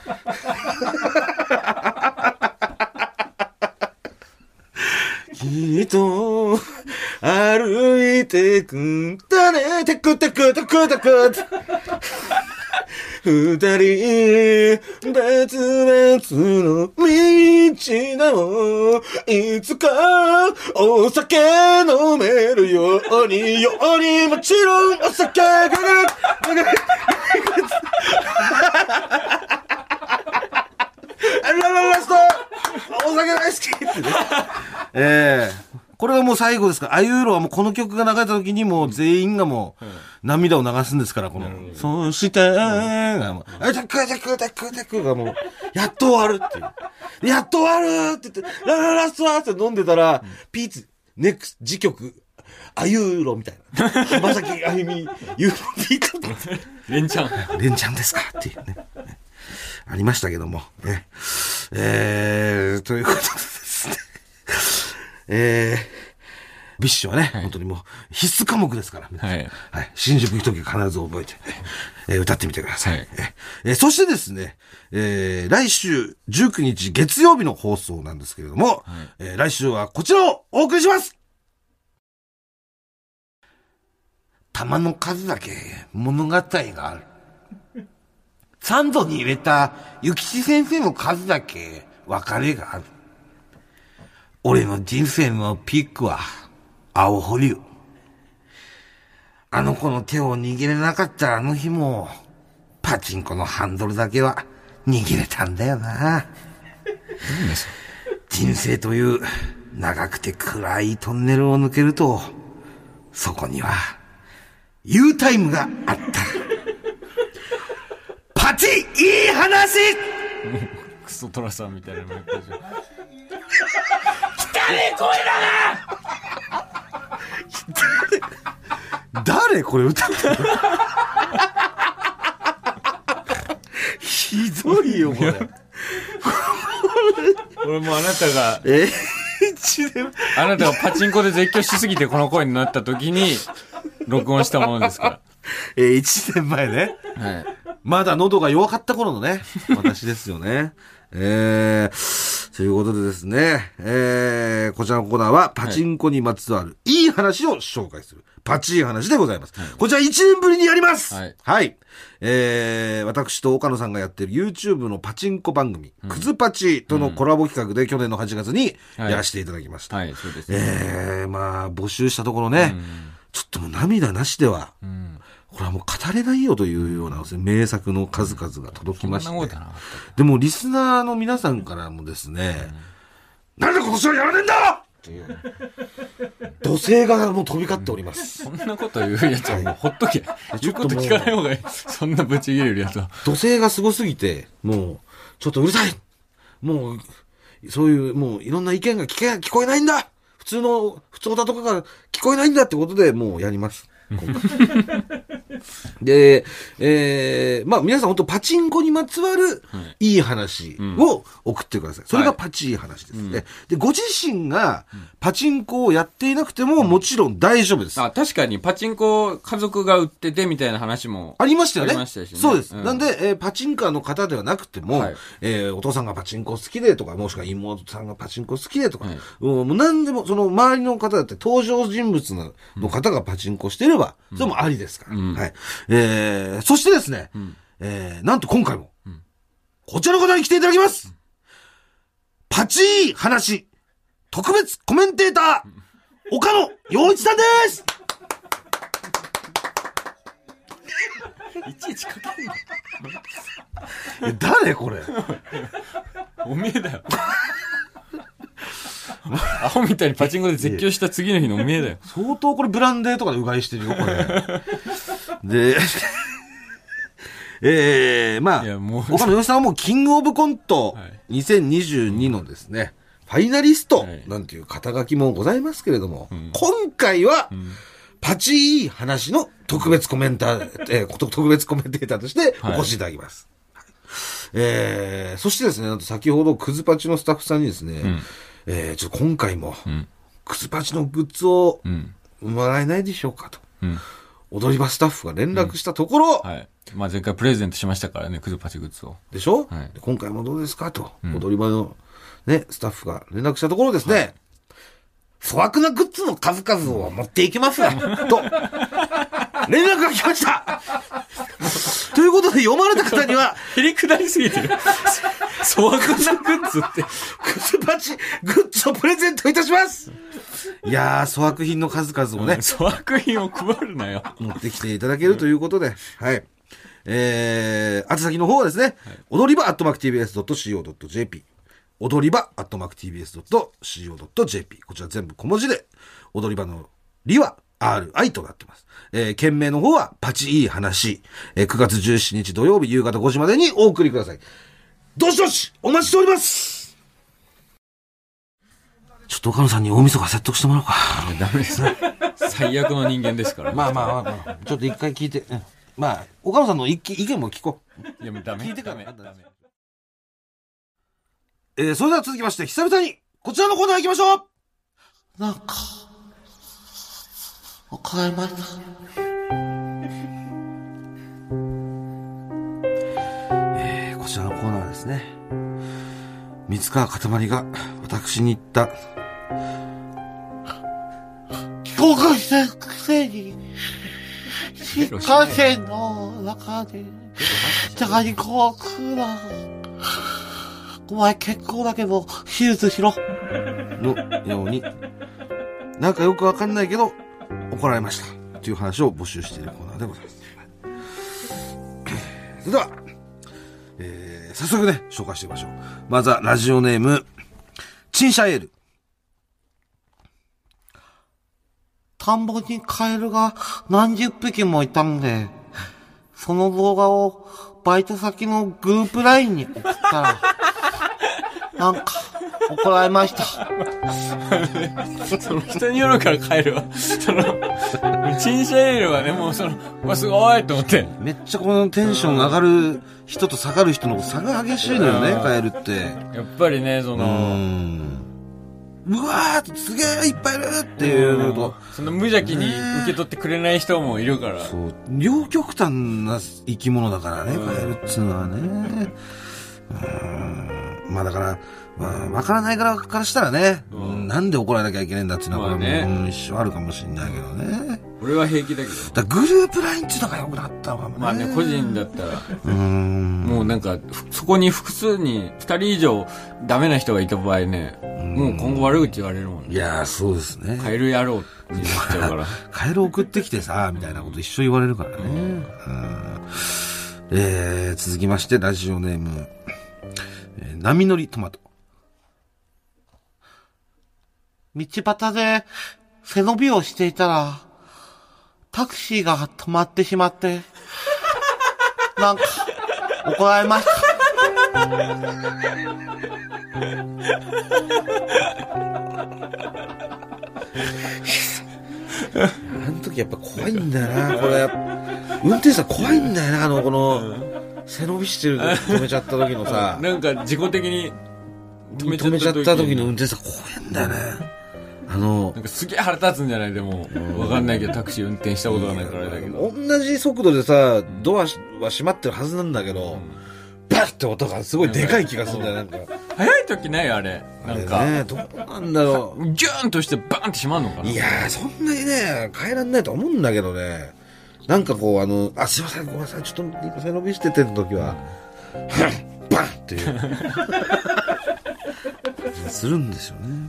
きっと歩いていくんだねテクテクテクテクって二人別々の道でもいつかお酒飲めるようにようにもちろんお酒がラララストお酒大好きってねええーこれはもう最後ですから、あゆうろはもうこの曲が流れた時にもう全員がもう涙を流すんですから、この、そしてがもう、あ、テクテクテクテクがもう、やっと終わるっていう。やっと終わるって言って、ラララストって飲んでたら、ピーツ、ネクス、次曲、あゆうろみたいな。浜崎あゆみ、ゆうろピートって。 レンチャン。レンチャンですかっていうね。ありましたけども。ね、えー、ということでですね。えー、ビッシュはね、はい、本当にもう必須科目ですから、はい、はい、新宿行くとき必ず覚えて、えー、歌ってみてください。はい、えー、そしてですね、えー、来週じゅうくにち月曜日の放送なんですけれども、はい、えー、来週はこちらをお送りします。玉の数だけ物語がある。三度に入れた諭吉先生の数だけ別れがある。俺の人生のピークは青堀。あの子の手を握れなかったあの日もパチンコのハンドルだけは握れたんだよな。人生という長くて暗いトンネルを抜けるとそこには U タイムがあった。パチいい話。 クソトラさんみたいなのやったじゃん。 汚ねえ声だな。誰これ歌ってる。ひどいよこれ。 俺もあなたがえあなたがパチンコで絶叫しすぎてこの声になった時に録音したものですから。 えー、いちねんまえね。はい。まだ喉が弱かった頃のね、私ですよね。えー、 ということでですね、えー、こちらのコーナーはパチンコにまつわるいい話を紹介する。パチいい話でございます。はい、こちらいちねんぶりにやります。はい。はい。えー、私と岡野さんがやってる YouTube のパチンコ番組、うん、クズパチとのコラボ企画で去年のはちがつにやらせていただきました。 はい、はい、そうですね。 えー、まあ、募集したところね、うん、ちょっともう涙なしでは、うん、これはもう語れないよというような名作の数々が届きまして、うん、でもリスナーの皆さんからもですね、うん、なんで今年はやらねえんだっていう土星がもう飛び交っております。 そんなこと言うやつはもうほっとけ。言うこと聞かない方がいい。そんなぶち切れるやつは。 土星がすごすぎて、もう、ちょっとうるさい。もう、そういう、もういろんな意見が聞け、聞こえないんだ。普通の、普通歌とかが聞こえないんだってことでもうやります。で、えー、まあ皆さん本当パチンコにまつわるいい話を送ってください。それがパチいい話ですね。はい、で、ご自身がパチンコをやっていなくてももちろん大丈夫です。 あ、確かにパチンコ家族が売っててみたいな話もありましたよね。 ありましたしね。 そうです。うん、なんで、えー、パチンカーの方ではなくても、はい、えー、お父さんがパチンコ好きでとか、もしくは妹さんがパチンコ好きでとか、はい、もう何でもその周りの方だって登場人物の方がパチンコしていれば、うん、それもありですから。うん、はい。えー、そしてですね、うん、えー、なんと今回も、うん、こちらの方に来ていただきます、うん、パチい話特別コメンテーター、うん、岡野陽一さんですいちいちかけんのえ、誰これおめえだよアホみたいにパチンコで絶叫した次の日のおめえだよ。 相当これブランデーとかでうがいしてるよ、これ。で、えー、まあ、岡野陽一さんはもうキングオブコントにせんにじゅうにのですね、ファイナリストなんていう肩書きもございますけれども、はい、今回は、うん、パチいい話の特別コメンター、えー、特別コメンテーターとしてお越しいただきます。はい、えー、そしてですね、なんと先ほどクズパチのスタッフさんにですね、うん、えー、ちょっと今回も、うん、クズパチのグッズをもらえないでしょうかと、うん、踊り場スタッフが連絡したところ、うん、はい、 まあ、前回プレゼントしましたからね、クズパチグッズを。 でしょ、はい、で今回もどうですかと、うん、踊り場のね、スタッフが連絡したところですね、はい、粗悪なグッズの数々を持っていきますが、と、連絡が来ましたということで読まれた方には、 へりくだりすぎてる。粗悪なグッズって。 クズパチグッズをプレゼントいたします。いやー、粗悪品の数々をね、うん、 粗悪品を配るなよ。 持ってきていただけるということで、はい。えー、宛先の方はですね、はい、踊り場アットマーク ティービーエスドットシーオードットジェーピー、踊り場アットマーク ティービーエスドットシーオードットジェーピー、こちら全部小文字で、踊り場のりは アールアイ となってます。えー、件名の方はパチいい話、えー、くがつじゅうしちにち土曜日夕方ごじまでにお送りください。どしどしお待ちしております。ちょっと岡野さんに大晦日説得してもらおうか。 ダメです。最悪の人間ですから。 まあまあまあ、まあ、ちょっと一回聞いて、うん、まあ岡野さんの意見も聞こう。いやもうダメ。 聞いてからね。えー、それでは続きまして久々にこちらのコーナー行きましょう。 なんかわかりました。 えー、こちらのコーナーはですね、三川かたまりが私に言った帰国してるくせに新幹線の中で何こう来るな、お前結構だけど手術しろのように、なんかよくわかんないけど怒られましたという話を募集しているコーナーでございます。それでは、えー、早速ね紹介していきましょう。まずはラジオネームチンシャエール。 田んぼにカエルが何十匹もいたんで、その動画をバイト先のグループラインに送ったらなんか怒られました。 その人によるからカエルはそのチンシャエールはね、もうそのわすごいと思ってめっちゃこのテンション上がる人と下がる人の差が激しいのよね、カエルって。 やっぱりね、そのうんうわーすげえいっぱいいるっていうのと、 その無邪気に受け取ってくれない人もいるから、 そう両極端な生き物だからね、カエルっつうのはね。うんまあだから、まあ、わからないからからしたらね、うん、なんで怒らなきゃいけないんだっていうのは、まあね、うん、一生あるかもしれないけどね。 俺は平気だけど。 だグループラインっていうのが良くなったのかもね。 まあね、個人だったら。うーん。もうなんか、そこに複数にふたり以上ダメな人がいた場合ね、もう今後悪口言われるもんね。 いやー、そうですね。 カエル野郎になっちゃうから。 カエル送ってきてさ、みたいなこと一生言われるからね。うん、えー、続きまして、ラジオネーム、えー、波乗りトマト。 道端で背伸びをしていたら、タクシーが止まってしまって、なんか、怒られました。 あの時やっぱ怖いんだよな、これ。運転手さん怖いんだよな、あの、この、背伸びしてる、止めちゃった時のさ。 なんか自己的に止めちゃった時、止めちゃった時の運転手さん怖いんだよね。あの、 なんかすげえ腹立つんじゃないでも、わかんないけど、タクシー運転したことがないからあれだけど。 同じ速度でさ、ドアは閉まってるはずなんだけど、バッって音がすごいでかい気がするんだよ、なんか。 早い時ないあれ。なんか。 ね、どうなんだろう。ギューンとしてバーンって閉まんのかな。 いやー、そんなにね、変えらんないと思うんだけどね。なんかこう、あの、あ、すいません、ごめんなさい、ちょっと背伸びしてての時は、バンっていう。するんですよね。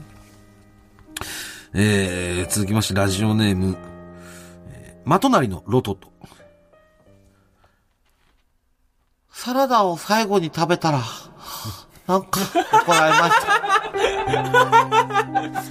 えー、続きましてラジオネーム、えー、まとなりのロトと。 サラダを最後に食べたら、なんか怒られました。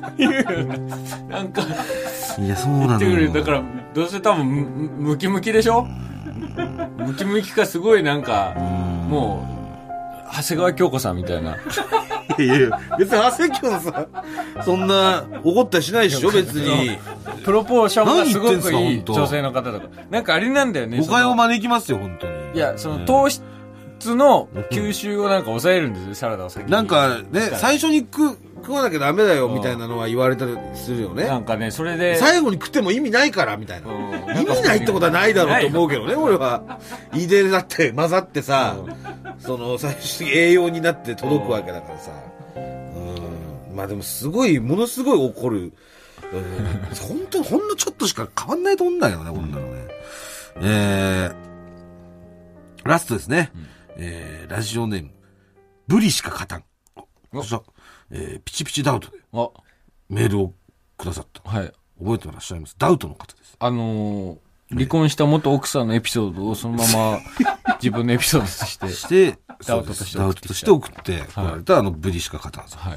なんか、 いや、そうなんだよ。 だから、どうせ多分、ムキムキでしょ？ムキムキかすごいなんか、もう、長谷川京子さんみたいな。 いやいや、別に長谷川さん、そんな怒ったりしないでしょ、別に。 プロポーションがすごくいい女性の方だから。なんかあれなんだよね。 誤解を招きますよ、本当に。 いや、その糖質の吸収をなんか抑えるんですよ、サラダを先に。 なんかね、最初に食、食わなきゃダメだよ、みたいなのは言われたりするよね。 なんかね、それで。 最後に食っても意味ないから、みたいな。意味ないってことはないだろうと思うけどね、俺は。胃でだって混ざってさ、その、最終的に栄養になって届くわけだからさ。うん。まあでもすごい、ものすごい怒る。本当にほんのちょっとしか変わんないと思うんだけどね、こんなのね。えー、ラストですね。うん、えー、ラジオネーム、ブリしか勝たん。そしたら、えー、ピチピチダウトでメールをくださった。 はい。 覚えてらっしゃいます。ダウトの方です。 あのー、離婚した元奥さんのエピソードをそのまま自分のエピソードとして、 してダウトとしてダウトとして送ってこられた、はい、あのブリしか勝たんさん、 はい。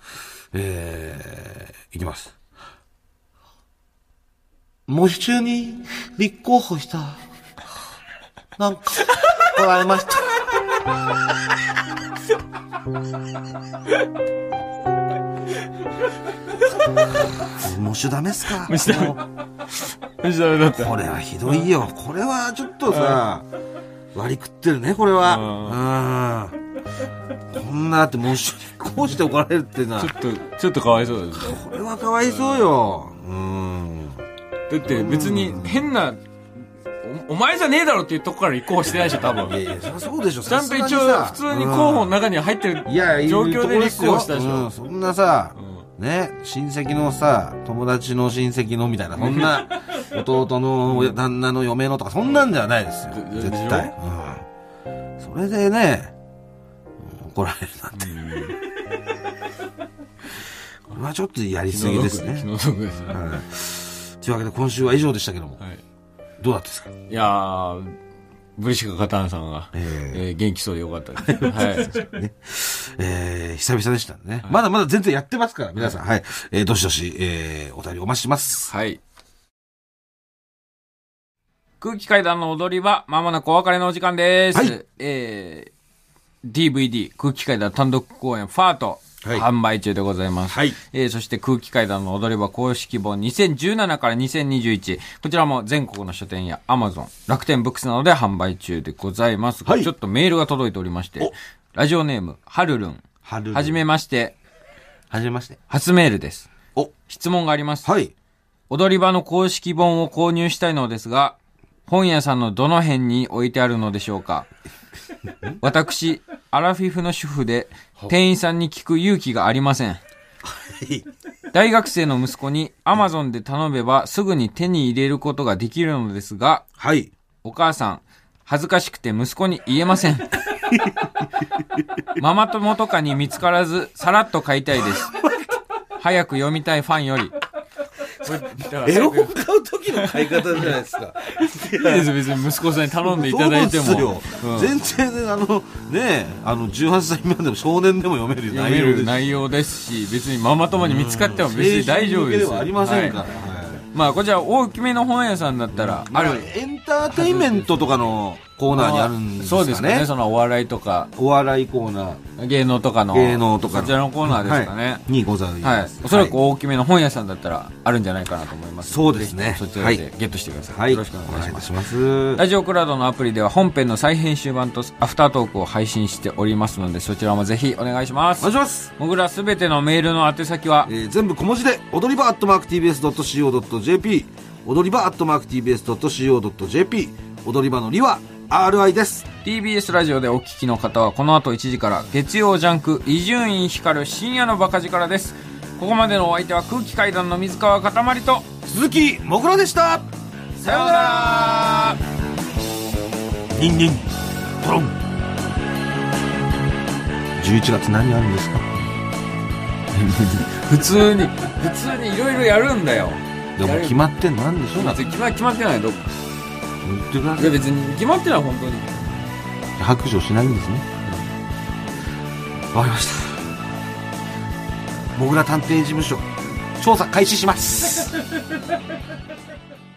えー、いきます。 模試中に立候補した。なんか、怒られました。 模試ダメっすか？ 模試ダメ。模試ダメだった。 これはひどいよ。これはちょっとさ、割り食ってるね、これは。うん。こんなだって模試にこうして怒られるっていうのは。 ちょっと、ちょっとかわいそうですね。 これはかわいそうよ。うん。 だって別に変な、お, お前じゃねえだろっていうとこから立候補してないでしょ、多分。 いやいや、そうでしょ。 ちゃんと一応普通に候補の中には入ってる状況で立候補したでしょ。 うん、そんなさ、うん、ね、親戚のさ、友達の親戚のみたいな、そんな弟の旦那の嫁のとか、そんなんではないですよ。絶対。うん。それでね、怒られるなんて。これはちょっとやりすぎですね。 気の毒ですね。 はいというわけで今週は以上でしたけども、はい、どうだったですか？ いやー、ブリシカカタンさんが、えーえー、元気そうでよかったです。はいねえー、久々でしたね、はい。まだまだ全然やってますから、皆さん。はい。はい、えー、どしどし、えー、お便りお待ちしてます。 はい。空気階段の踊りは、まもなくお別れのお時間です。はい、えー、ディーブイディー 空気階段単独公演ファート。はい、販売中でございます。 はい。 えー、そして空気階段の踊り場公式本にせんじゅうななからにせんにじゅういち。こちらも全国の書店や Amazon、楽天ブックスなどで販売中でございます。はい。ちょっとメールが届いておりまして、ラジオネーム、はるるん。 はるるん。 はじめまして。 はじめまして。 初メールです。 お。 質問があります。 はい。 踊り場の公式本を購入したいのですが、 本屋さんのどの辺に置いてあるのでしょうか。私、アラフィフの主婦で、店員さんに聞く勇気がありません。大学生の息子にアマゾンで頼めばすぐに手に入れることができるのですが、 はい。 お母さん、恥ずかしくて息子に言えません。ママ友とかに見つからず、さらっと買いたいです。早く読みたいファンより。 エロ本買う時の買い方じゃないですか。 いいです、別に息子さんに頼んでいただいても。 うん、全然、あの、ねあの、じゅうはっさい未満でも少年でも読める内容です。 内容ですし、別にママ友に見つかっても別に大丈夫です。 ではありませんから。はい、 まあ、こちら大きめの本屋さんだったら、ある。 エンターテインメントとかのコーナーにあるんですかね。 そうですね。そのお笑いとか。 お笑いコーナー。芸能とかの。 芸能とかの。 そちらのコーナーですかね。はい、 にございます。 はい。おそらく大きめの本屋さんだったらあるんじゃないかなと思います。 そうですね。 そちらでゲットしてください。 はい。 よろしくお願いします。 ます。 ラジオクラウドのアプリでは本編の再編集版とアフタートークを配信しておりますので、そちらもぜひお願いします。 お願いします。 もぐらすべてのメールの宛先は、 えー、全部小文字で、踊り場アットマーク ティービーエスドットシーオードットジェーピー、踊り場アットマーク ティービーエスドットシーオードットジェーピー、踊り場のりは アールアイ です。 ティービーエス ラジオでお聞きの方はこの後いちじから月曜ジャンク伊集院光る深夜のバカ力です。ここまでのお相手は空気階段の水川かたまりと鈴木もぐらでした。 さようなら。 ニンニントロン。じゅういちがつ何あるんですか？ 普通に普通にいろいろやるんだよ。 でも決まってんのなんでしょう。 決ま決まってない。どっか言ってください。 いや別に決まってない。本当に白状しないんですね。わ、うん、かりました。もぐら探偵事務所調査開始します。